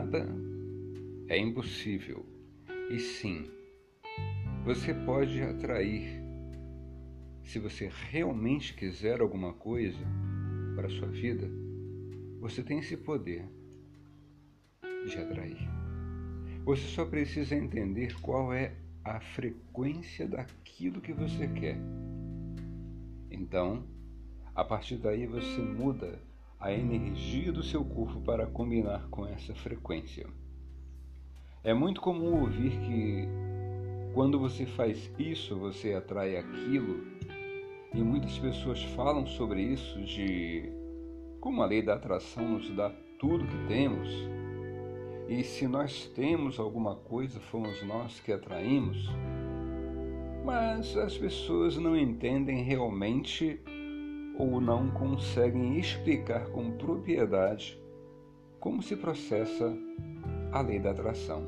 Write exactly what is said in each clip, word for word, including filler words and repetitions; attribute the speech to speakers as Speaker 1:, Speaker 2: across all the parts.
Speaker 1: nada é impossível. E sim, você pode atrair. Se você realmente quiser alguma coisa para a sua vida, você tem esse poder de atrair. Você só precisa entender qual é a frequência daquilo que você quer. Então, a partir daí você muda a energia do seu corpo para combinar com essa frequência. É muito comum ouvir que quando você faz isso, você atrai aquilo, e muitas pessoas falam sobre isso, de como a lei da atração nos dá tudo que temos, e se nós temos alguma coisa, fomos nós que atraímos. Mas as pessoas não entendem realmente ou não conseguem explicar com propriedade como se processa a lei da atração.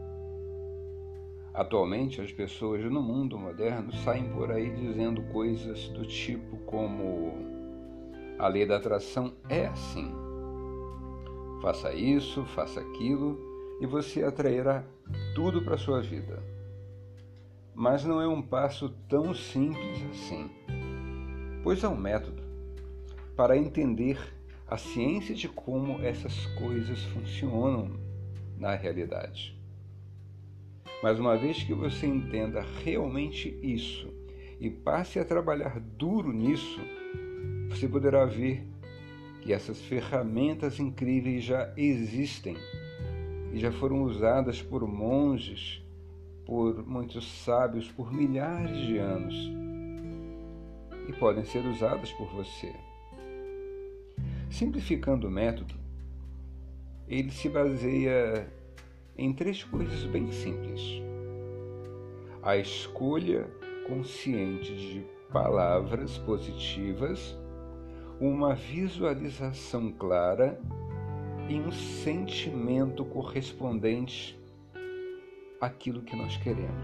Speaker 1: Atualmente, as pessoas no mundo moderno saem por aí dizendo coisas do tipo como: a lei da atração é assim. Faça isso, faça aquilo e você atrairá tudo para a sua vida. Mas não é um passo tão simples assim, pois há um método para entender a ciência de como essas coisas funcionam na realidade. Mas uma vez que você entenda realmente isso e passe a trabalhar duro nisso, você poderá ver que essas ferramentas incríveis já existem e já foram usadas por monges, por muitos sábios, por milhares de anos, e podem ser usadas por você. Simplificando o método, ele se baseia em três coisas bem simples: a escolha consciente de palavras positivas, uma visualização clara e um sentimento correspondente àquilo que nós queremos.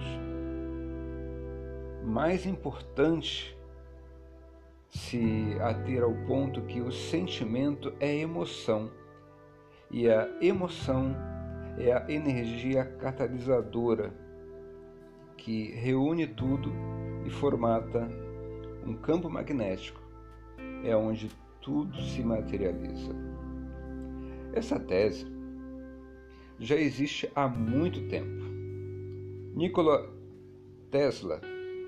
Speaker 1: Mais importante se ater ao ponto que o sentimento é emoção, e a emoção é a energia catalisadora que reúne tudo e formata um campo magnético. É onde tudo se materializa. Essa tese já existe há muito tempo. Nikola Tesla,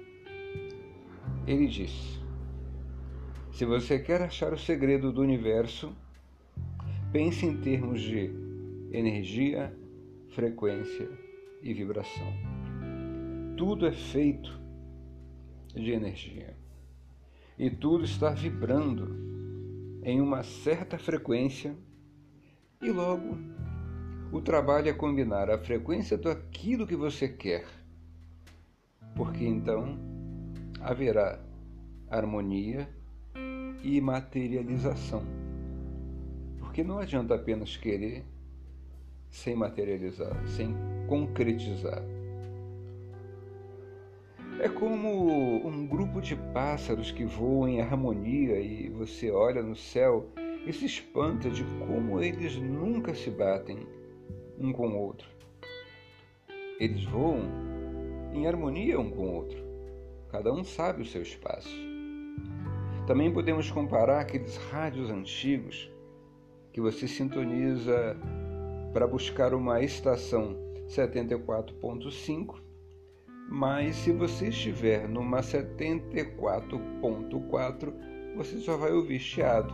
Speaker 1: ele disse: se você quer achar o segredo do universo, pense em termos de energia, frequência e vibração. Tudo é feito de energia. E tudo está vibrando em uma certa frequência, e logo o trabalho é combinar a frequência daquilo que você quer, porque então haverá harmonia e materialização. Porque não adianta apenas querer sem materializar, sem concretizar. É como um grupo de pássaros que voam em harmonia e você olha no céu e se espanta de como eles nunca se batem um com o outro. Eles voam em harmonia um com o outro. Cada um sabe o seu espaço. Também podemos comparar aqueles rádios antigos que você sintoniza para buscar uma estação setenta e quatro ponto cinco, mas se você estiver numa setenta e quatro ponto quatro, você só vai ouvir chiado.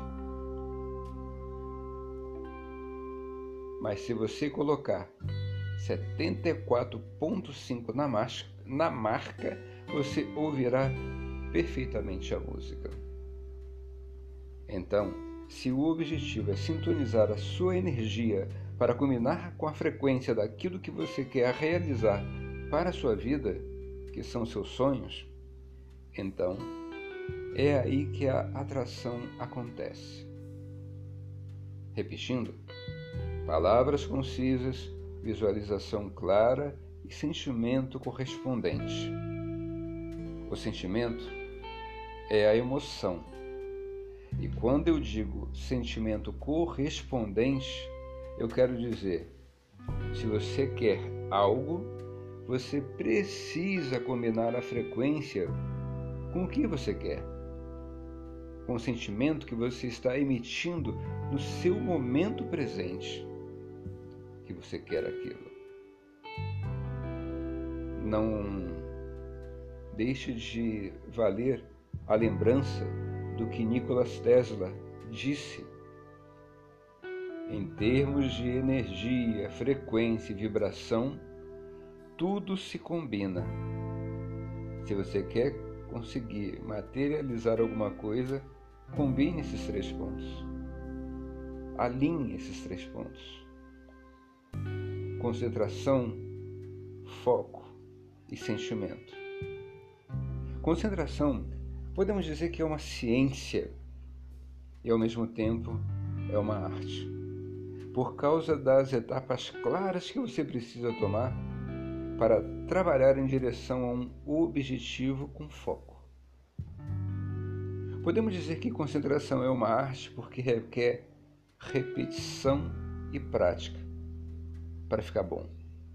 Speaker 1: Mas se você colocar setenta e quatro ponto cinco na, mas- na marca, você ouvirá perfeitamente a música. Então, se o objetivo é sintonizar a sua energia para combinar com a frequência daquilo que você quer realizar para a sua vida, que são seus sonhos, então é aí que a atração acontece. Repetindo: palavras concisas, visualização clara e sentimento correspondente. O sentimento é a emoção. E quando eu digo sentimento correspondente, eu quero dizer Se você quer algo, você precisa combinar a frequência com o que você quer, com o sentimento que você está emitindo no seu momento presente, que você quer aquilo. Não deixe de valer a lembrança do que Nikola Tesla disse. Em termos de energia, frequência e vibração, tudo se combina. Se você quer conseguir materializar alguma coisa, combine esses três pontos. Alinhe esses três pontos. Concentração, foco e sentimento. Concentração, podemos dizer que é uma ciência e, ao mesmo tempo, é uma arte, por causa das etapas claras que você precisa tomar para trabalhar em direção a um objetivo com foco. Podemos dizer que concentração é uma arte porque requer repetição e prática para ficar bom.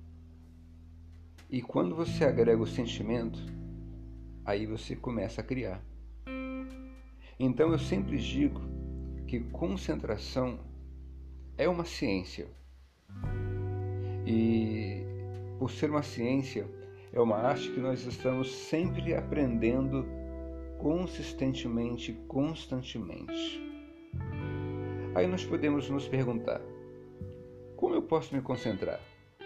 Speaker 1: E quando você agrega o sentimento, aí você começa a criar. Então eu sempre digo que concentração é uma ciência. E por ser uma ciência, é uma arte que nós estamos sempre aprendendo consistentemente, constantemente. Aí nós podemos nos perguntar: como eu posso me concentrar?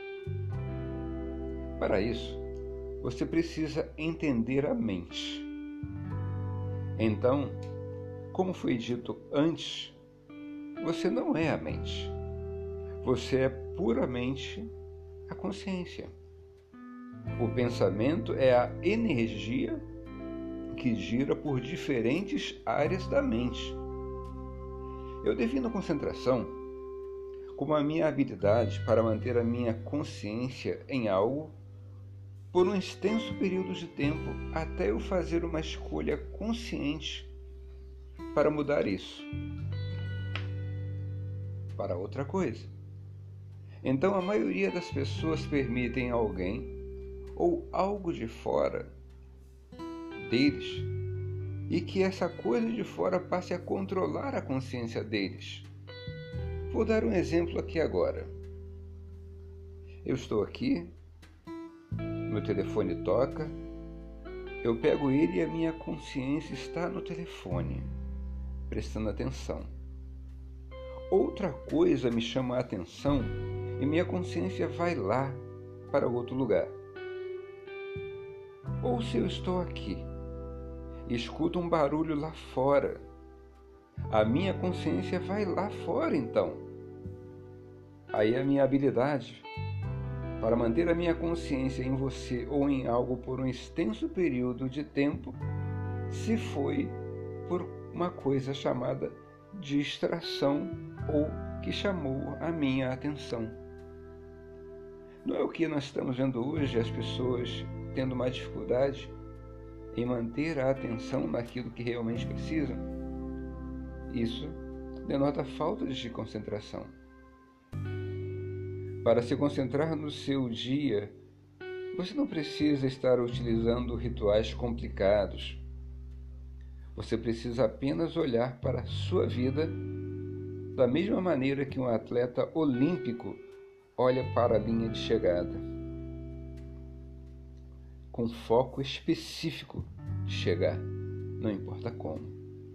Speaker 1: Para isso, você precisa entender a mente. Então, como foi dito antes, você não é a mente. Você é puramente a consciência. O pensamento é a energia que gira por diferentes áreas da mente. Eu defino concentração como a minha habilidade para manter a minha consciência em algo por um extenso período de tempo até eu fazer uma escolha consciente para mudar isso para outra coisa. Então a maioria das pessoas permitem alguém ou algo de fora deles e que essa coisa de fora passe a controlar a consciência deles. Vou dar um exemplo aqui agora. Eu estou aqui, meu telefone toca, eu pego ele e a minha consciência está no telefone, prestando atenção. Outra coisa me chama a atenção e minha consciência vai lá para outro lugar. Ou se eu estou aqui e escuto um barulho lá fora, a minha consciência vai lá fora então. Aí a minha habilidade para manter a minha consciência em você ou em algo por um extenso período de tempo se foi por uma coisa chamada distração ou que chamou a minha atenção. Não é o que nós estamos vendo hoje, as pessoas tendo mais dificuldade em manter a atenção naquilo que realmente precisam? Isso denota falta de concentração. Para se concentrar no seu dia, você não precisa estar utilizando rituais complicados. Você precisa apenas olhar para a sua vida da mesma maneira que um atleta olímpico olha para a linha de chegada, com foco específico de chegar, não importa como.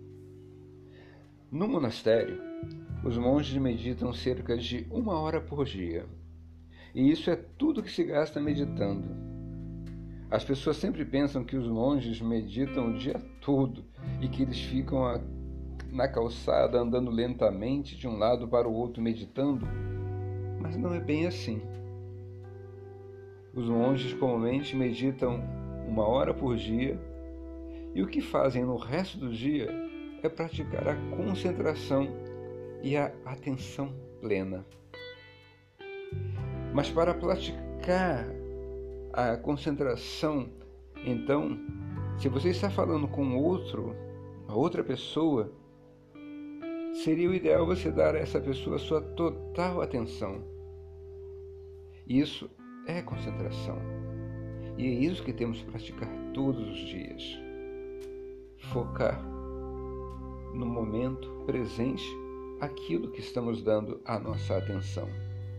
Speaker 1: No monastério, os monges meditam cerca de uma hora por dia, e isso é tudo que se gasta meditando. As pessoas sempre pensam que os monges meditam o dia todo e que eles ficam a, na calçada andando lentamente de um lado para o outro meditando, mas não é bem assim. Os monges comumente meditam uma hora por dia e o que fazem no resto do dia é praticar a concentração e a atenção plena. Mas para praticar a concentração, então, se você está falando com outro, outra pessoa, seria o ideal você dar a essa pessoa a sua total atenção. Isso é concentração. E é isso que temos que praticar todos os dias. Focar no momento presente aquilo que estamos dando a nossa atenção.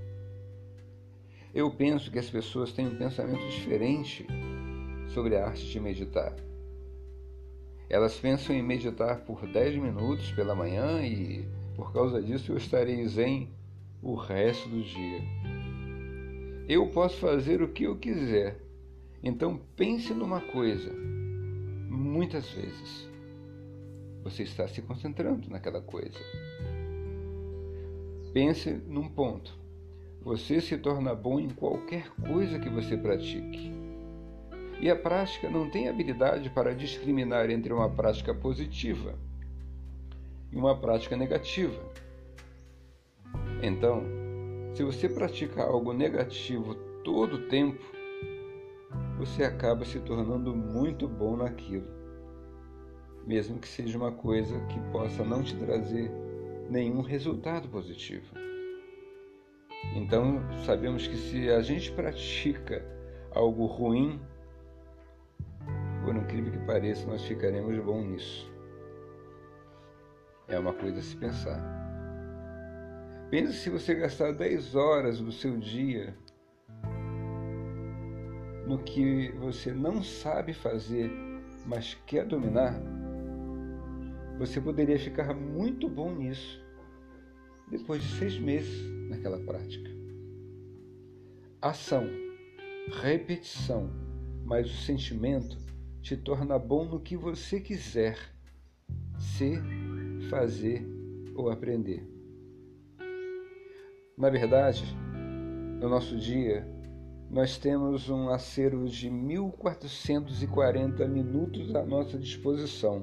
Speaker 1: Eu penso que as pessoas têm um pensamento diferente sobre a arte de meditar. Elas pensam em meditar por dez minutos pela manhã e, por causa disso, eu estarei zen o resto do dia. Eu posso fazer o que eu quiser. Então pense numa coisa. Muitas vezes você está se concentrando naquela coisa. Pense num ponto. Você se torna bom em qualquer coisa que você pratique. E a prática não tem habilidade para discriminar entre uma prática positiva e uma prática negativa. Então, se você pratica algo negativo todo o tempo, você acaba se tornando muito bom naquilo, mesmo que seja uma coisa que possa não te trazer nenhum resultado positivo. Então, sabemos que se a gente pratica algo ruim, por incrível que pareça, nós ficaremos bons nisso. É uma coisa a se pensar. Pense se você gastar dez horas do seu dia no que você não sabe fazer, mas quer dominar, você poderia ficar muito bom nisso depois de seis meses naquela prática. Ação, repetição, mas o sentimento te torna bom no que você quiser ser, fazer ou aprender. Na verdade, no nosso dia, nós temos um acervo de mil quatrocentos e quarenta minutos à nossa disposição.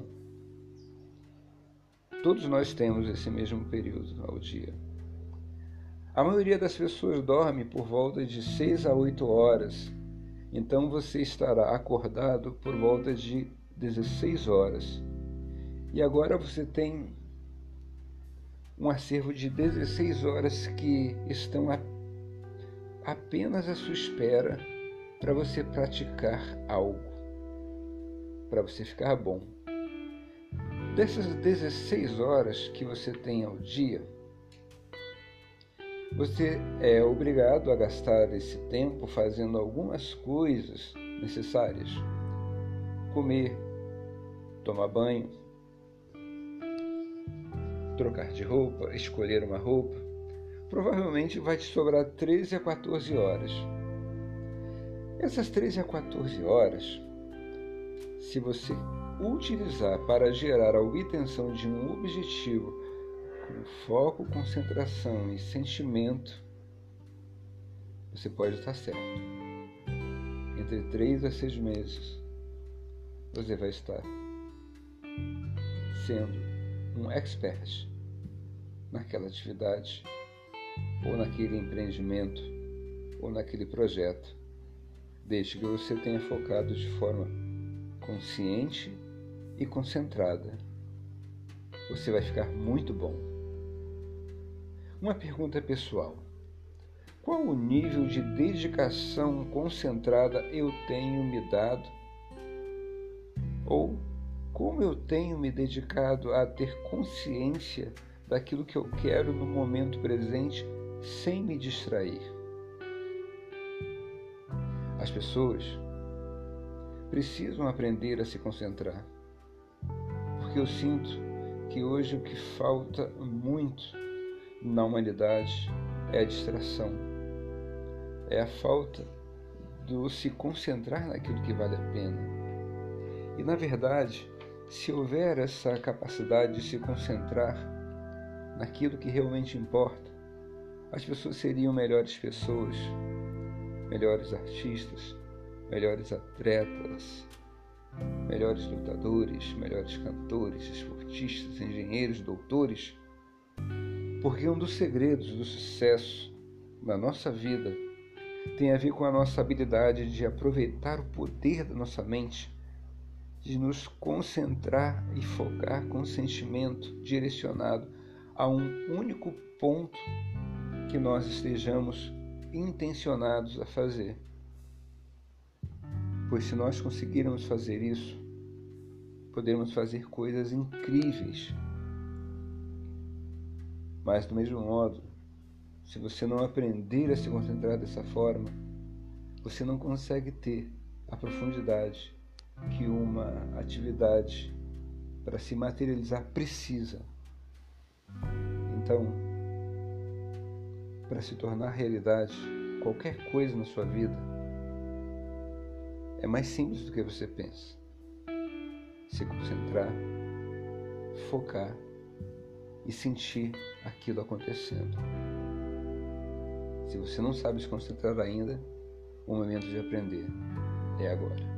Speaker 1: Todos nós temos esse mesmo período ao dia. A maioria das pessoas dorme por volta de seis a oito horas, então você estará acordado por volta de dezesseis horas. E agora você tem um acervo de dezesseis horas que estão a, apenas à sua espera para você praticar algo, para você ficar bom. Dessas dezesseis horas que você tem ao dia, você é obrigado a gastar esse tempo fazendo algumas coisas necessárias. Comer, tomar banho, trocar de roupa, escolher uma roupa. Provavelmente vai te sobrar treze a quatorze horas. Essas treze a quatorze horas, se você utilizar para gerar a obtenção de um objetivo com foco, concentração e sentimento, você pode estar certo. Entre três a seis meses, você vai estar sendo um expert naquela atividade, ou naquele empreendimento, ou naquele projeto, desde que você tenha focado de forma consciente e concentrada. Você vai ficar muito bom. Uma pergunta pessoal: qual o nível de dedicação concentrada eu tenho me dado? Ou como eu tenho me dedicado a ter consciência daquilo que eu quero no momento presente sem me distrair? As pessoas precisam aprender a se concentrar, porque eu sinto que hoje o que falta muito na humanidade é a distração, é a falta do se concentrar naquilo que vale a pena. E na verdade, se houver essa capacidade de se concentrar naquilo que realmente importa, as pessoas seriam melhores pessoas, melhores artistas, melhores atletas, melhores lutadores, melhores cantores, esportistas, engenheiros, doutores, porque um dos segredos do sucesso na nossa vida tem a ver com a nossa habilidade de aproveitar o poder da nossa mente, de nos concentrar e focar com sentimento direcionado a um único ponto que nós estejamos intencionados a fazer. Pois se nós conseguirmos fazer isso, podemos fazer coisas incríveis. Mas, do mesmo modo, se você não aprender a se concentrar dessa forma, você não consegue ter a profundidade que uma atividade para se materializar precisa. Então, para se tornar realidade qualquer coisa na sua vida, é mais simples do que você pensa. Se concentrar, focar e sentir aquilo acontecendo. Se você não sabe se concentrar ainda, o momento de aprender é agora.